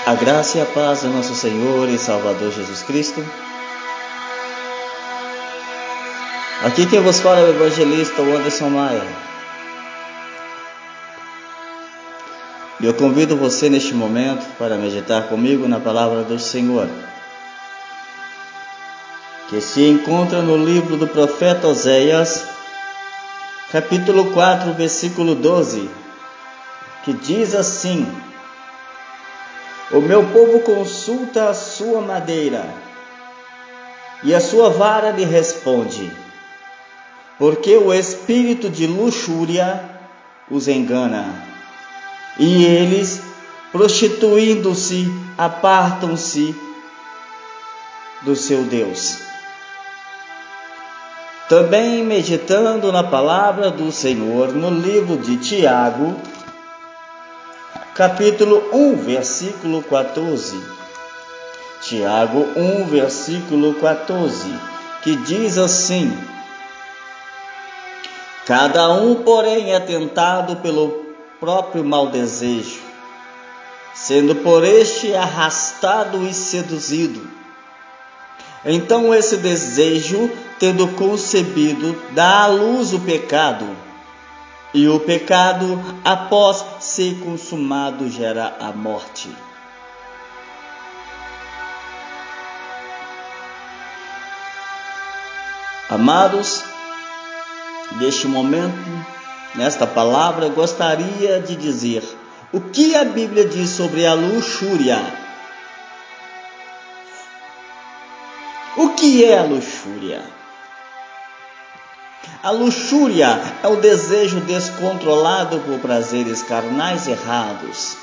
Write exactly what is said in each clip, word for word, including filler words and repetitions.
A graça e a paz do nosso Senhor e Salvador Jesus Cristo. Aqui quem vos fala é o evangelista Anderson Maia. E eu convido você neste momento para meditar comigo na palavra do Senhor, que se encontra no livro do profeta Oséias, capítulo quatro, versículo doze, que diz assim: O meu povo consulta a sua madeira, e a sua vara lhe responde, porque o espírito de luxúria os engana, e eles, prostituindo-se, apartam-se do seu Deus. Também meditando na palavra do Senhor no livro de Tiago, capítulo um, versículo quatorze. Tiago um, versículo quatorze, que diz assim: Cada um, porém, é tentado pelo próprio mau desejo, sendo por este arrastado e seduzido. Então esse desejo, tendo concebido, dá à luz o pecado, e o pecado, após ser consumado, gera a morte. Amados, neste momento, nesta palavra, gostaria de dizer o que a Bíblia diz sobre a luxúria. O que é a luxúria? A luxúria é o desejo descontrolado por prazeres carnais errados.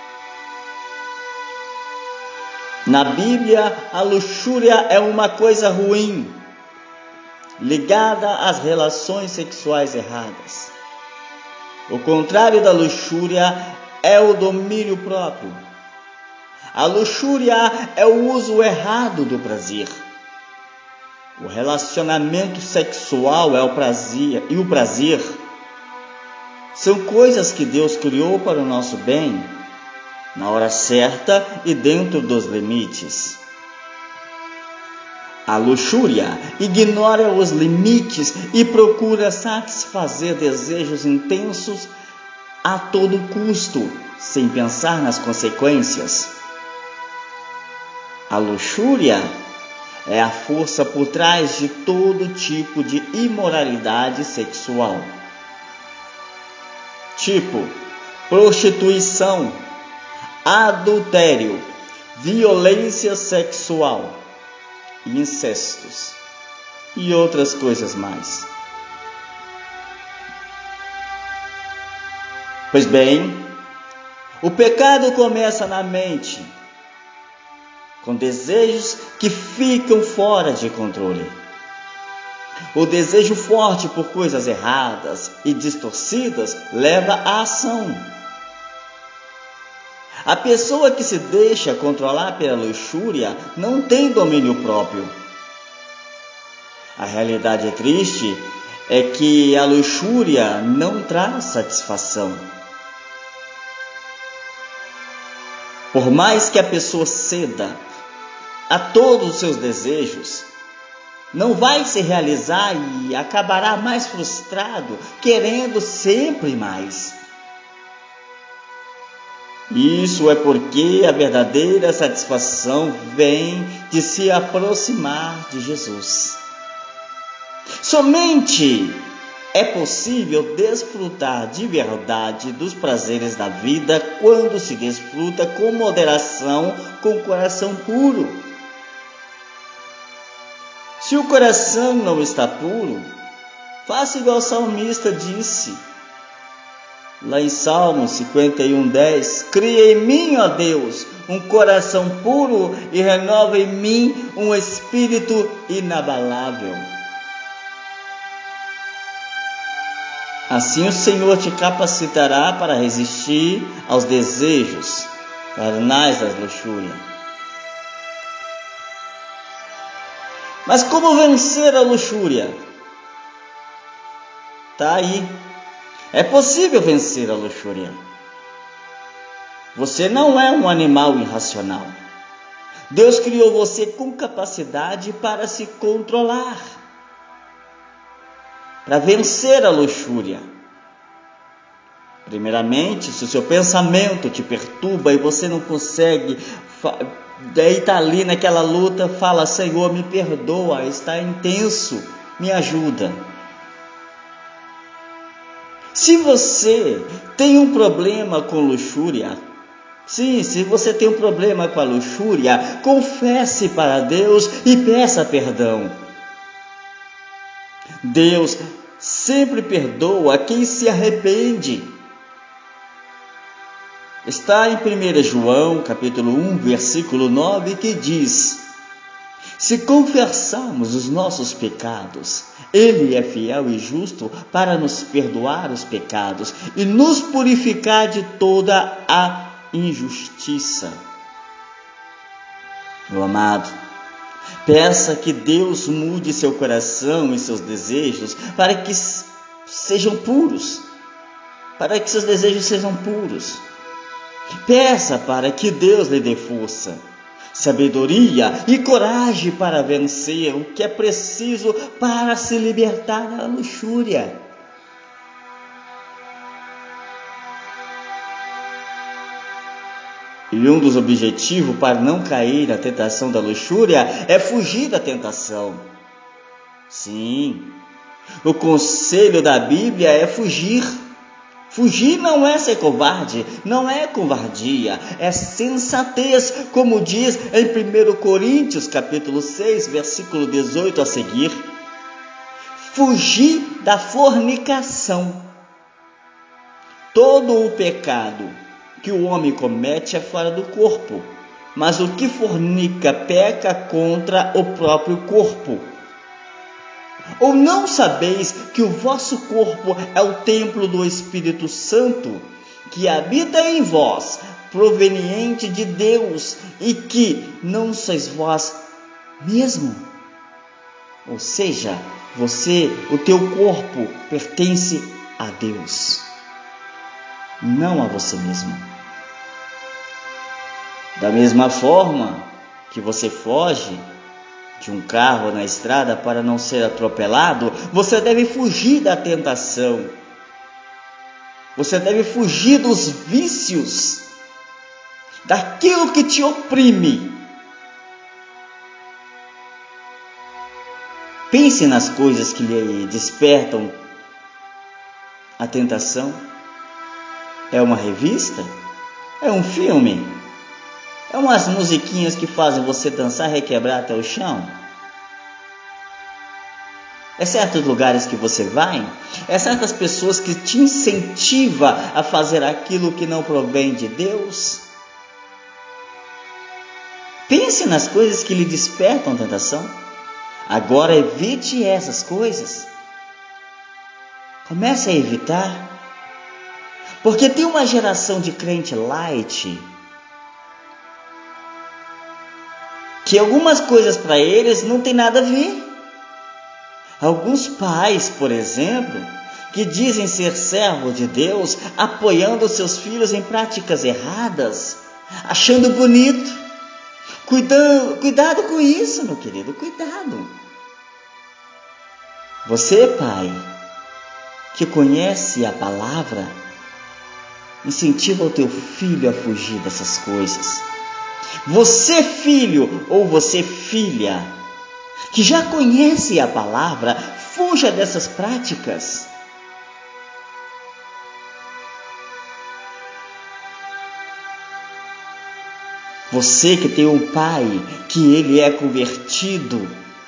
Na Bíblia, a luxúria é uma coisa ruim, ligada às relações sexuais erradas. O contrário da luxúria é o domínio próprio. A luxúria é o uso errado do prazer. O relacionamento sexual é o prazer, e o prazer são coisas que Deus criou para o nosso bem, na hora certa e dentro dos limites. A luxúria ignora os limites e procura satisfazer desejos intensos a todo custo, sem pensar nas consequências. A luxúria é a força por trás de todo tipo de imoralidade sexual, tipo prostituição, adultério, violência sexual, incestos e outras coisas mais. Pois bem, o pecado começa na mente, com desejos que ficam fora de controle. O desejo forte por coisas erradas e distorcidas leva à ação. A pessoa que se deixa controlar pela luxúria não tem domínio próprio. A realidade triste é que a luxúria não traz satisfação. Por mais que a pessoa ceda a todos os seus desejos, não vai se realizar e acabará mais frustrado, querendo sempre mais. Isso é porque a verdadeira satisfação vem de se aproximar de Jesus. Somente é possível desfrutar de verdade dos prazeres da vida quando se desfruta com moderação, com o coração puro. Se o coração não está puro, faça igual o salmista disse, lá em Salmos cinquenta e um, dez, Cria em mim, ó Deus, um coração puro e renova em mim um espírito inabalável. Assim o Senhor te capacitará para resistir aos desejos carnais da luxúria. Mas como vencer a luxúria? Tá aí. É possível vencer a luxúria. Você não é um animal irracional. Deus criou você com capacidade para se controlar, para vencer a luxúria. Primeiramente, se o seu pensamento te perturba e você não consegue, daí está ali naquela luta, fala: Senhor, me perdoa, está intenso, me ajuda. Se você tem um problema com luxúria, sim, se você tem um problema com a luxúria, confesse para Deus e peça perdão. Deus sempre perdoa quem se arrepende. Está em primeiro João, capítulo um, versículo nove, que diz: se confessarmos os nossos pecados, Ele é fiel e justo para nos perdoar os pecados e nos purificar de toda a injustiça. Meu amado, peça que Deus mude seu coração e seus desejos para que sejam puros, para que seus desejos sejam puros. Peça para que Deus lhe dê força, sabedoria e coragem para vencer o que é preciso para se libertar da luxúria. E um dos objetivos para não cair na tentação da luxúria é fugir da tentação. Sim, o conselho da Bíblia é fugir. Fugir não é ser covarde, não é covardia, é sensatez, como diz em primeiro Coríntios, capítulo seis, versículo dezoito a seguir. Fugir da fornicação. Todo o pecado que o homem comete é fora do corpo, mas o que fornica peca contra o próprio corpo. Ou não sabeis que o vosso corpo é o templo do Espírito Santo, que habita em vós, proveniente de Deus, e que não sois vós mesmo? Ou seja, você, o teu corpo pertence a Deus, não a você mesmo. Da mesma forma que você foge de um carro na estrada para não ser atropelado, você deve fugir da tentação. Você deve fugir dos vícios, daquilo que te oprime. Pense nas coisas que lhe despertam a tentação. É uma revista? É um filme? É umas musiquinhas que fazem você dançar e requebrar até o chão? É certos lugares que você vai? É certas pessoas que te incentivam a fazer aquilo que não provém de Deus? Pense nas coisas que lhe despertam tentação. Agora evite essas coisas. Comece a evitar. Porque tem uma geração de crente light que algumas coisas para eles não tem nada a ver. Alguns pais, por exemplo, que dizem ser servos de Deus, apoiando seus filhos em práticas erradas, achando bonito. Cuidado, cuidado com isso, meu querido, cuidado. Você, pai, que conhece a palavra, incentiva o teu filho a fugir dessas coisas. Você, filho, ou você, filha, que já conhece a palavra, fuja dessas práticas. Você que tem um pai que ele é convertido,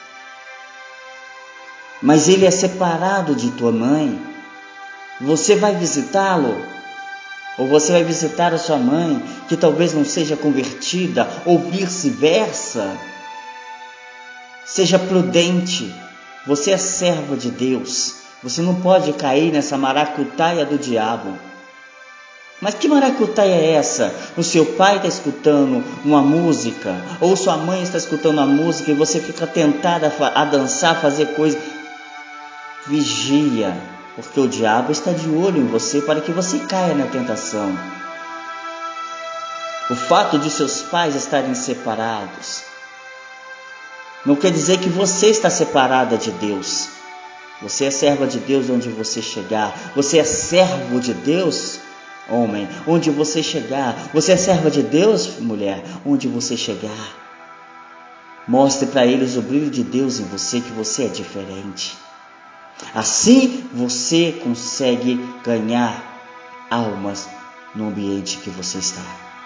mas ele é separado de tua mãe, você vai visitá-lo? Ou você vai visitar a sua mãe, que talvez não seja convertida, ou vice-versa? Seja prudente, você é servo de Deus, você não pode cair nessa maracutaia do diabo. Mas que maracutaia é essa? O seu pai está escutando uma música, ou sua mãe está escutando a música e você fica tentada a dançar, a fazer coisa. Vigia, porque o diabo está de olho em você para que você caia na tentação. O fato de seus pais estarem separados não quer dizer que você está separada de Deus. Você é serva de Deus onde você chegar. Você é servo de Deus, homem, onde você chegar. Você é serva de Deus, mulher, onde você chegar. Mostre para eles o brilho de Deus em você, que você é diferente. Assim você consegue ganhar almas no ambiente que você está.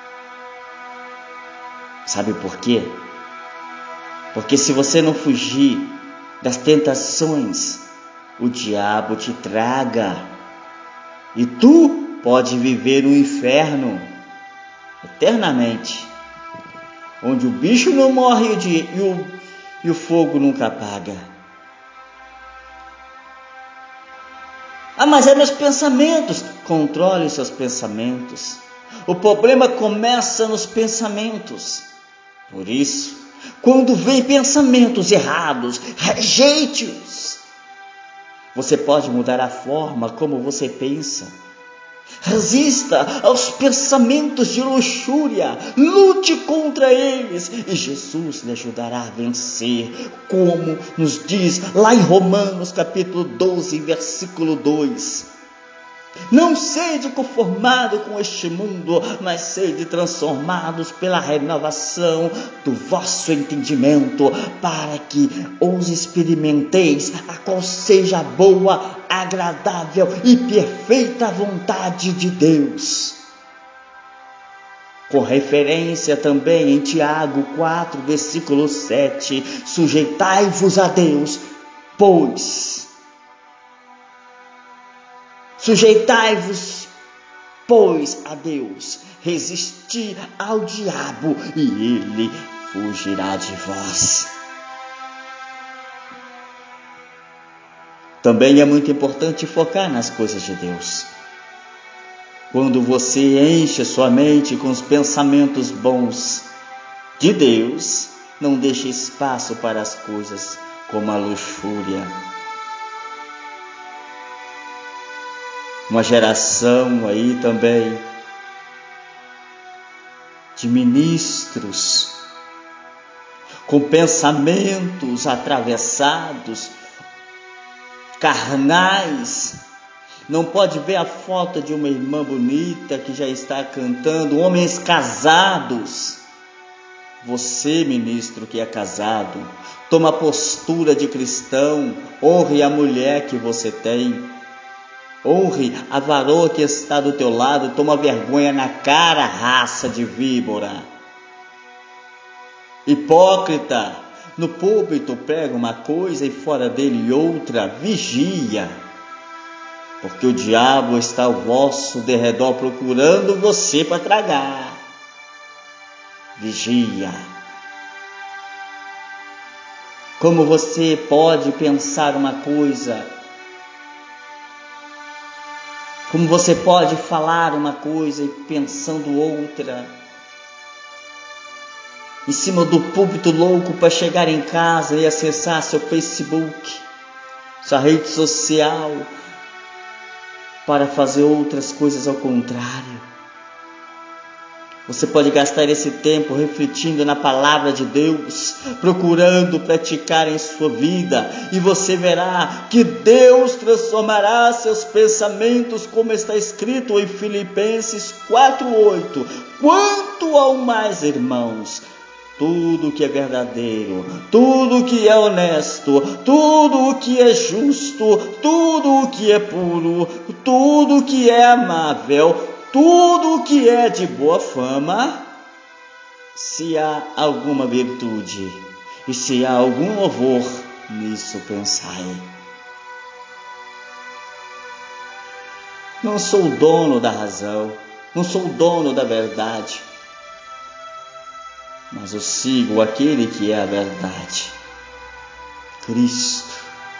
Sabe por quê? Porque se você não fugir das tentações, o diabo te traga. E tu pode viver no inferno eternamente, onde o bicho não morre e o, e o, e o fogo nunca apaga. Ah, mas é meus pensamentos. Controle seus pensamentos. O problema começa nos pensamentos. Por isso, quando vem pensamentos errados, rejeite-os. Você pode mudar a forma como você pensa. Resista aos pensamentos de luxúria. Lute contra eles. E Jesus lhe ajudará a vencer. Como nos diz lá em Romanos capítulo doze, versículo dois. Não sede conformado com este mundo, mas sede transformados pela renovação do vosso entendimento, para que os experimenteis a qual seja a boa, agradável e perfeita vontade de Deus. Com referência também em Tiago quatro, versículo sete, sujeitai-vos a Deus, pois... Sujeitai-vos, pois, a Deus, resisti ao diabo e ele fugirá de vós. Também é muito importante focar nas coisas de Deus. Quando você enche sua mente com os pensamentos bons de Deus, não deixe espaço para as coisas como a luxúria. Uma geração aí também de ministros com pensamentos atravessados, carnais. Não pode ver a foto de uma irmã bonita que já está cantando, homens casados. Você, ministro que é casado, toma postura de cristão, honre a mulher que você tem. Honre a varoa que está do teu lado, toma vergonha na cara, raça de víbora. Hipócrita, no púlpito prega uma coisa e fora dele outra, vigia. Porque o diabo está ao vosso derredor procurando você para tragar. Vigia. Como você pode pensar uma coisa? Como você pode falar uma coisa e pensando outra? Em cima do púlpito louco para chegar em casa e acessar seu Facebook, sua rede social, para fazer outras coisas ao contrário. Você pode gastar esse tempo refletindo na palavra de Deus, procurando praticar em sua vida, e você verá que Deus transformará seus pensamentos, como está escrito em Filipenses quatro, oito. Quanto ao mais, irmãos, tudo que é verdadeiro, tudo que é honesto, tudo o que é justo, tudo o que é puro, tudo que é amável, tudo o que é de boa fama, se há alguma virtude e se há algum louvor, nisso pensai. Não sou o dono da razão, não sou o dono da verdade, mas eu sigo aquele que é a verdade, Cristo.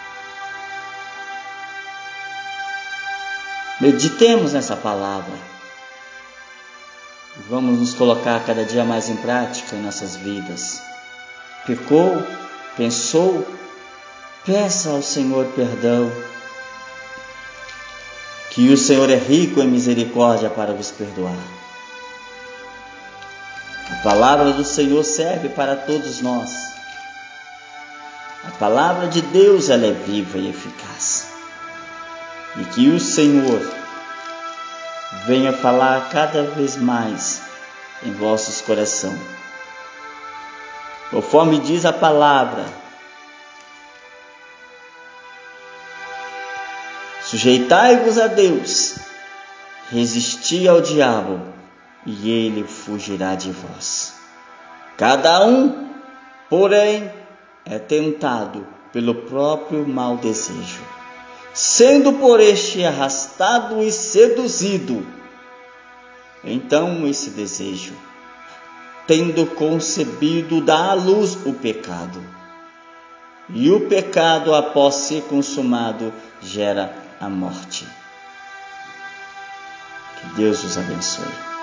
Meditemos nessa palavra. Vamos nos colocar cada dia mais em prática em nossas vidas. Pecou? Pensou? Peça ao Senhor perdão, que o Senhor é rico em misericórdia para vos perdoar. palavra do Senhor serve para todos nós. A palavra de Deus, ela é viva e eficaz. E que o Senhor venha falar cada vez mais em vossos corações. Conforme diz a palavra, sujeitai-vos a Deus, resisti ao diabo, e ele fugirá de vós. Cada um, porém, é tentado pelo próprio mau desejo, sendo por este arrastado e seduzido. Então esse desejo, tendo concebido, dá à luz o pecado. E o pecado, após ser consumado, gera a morte. Que Deus os abençoe.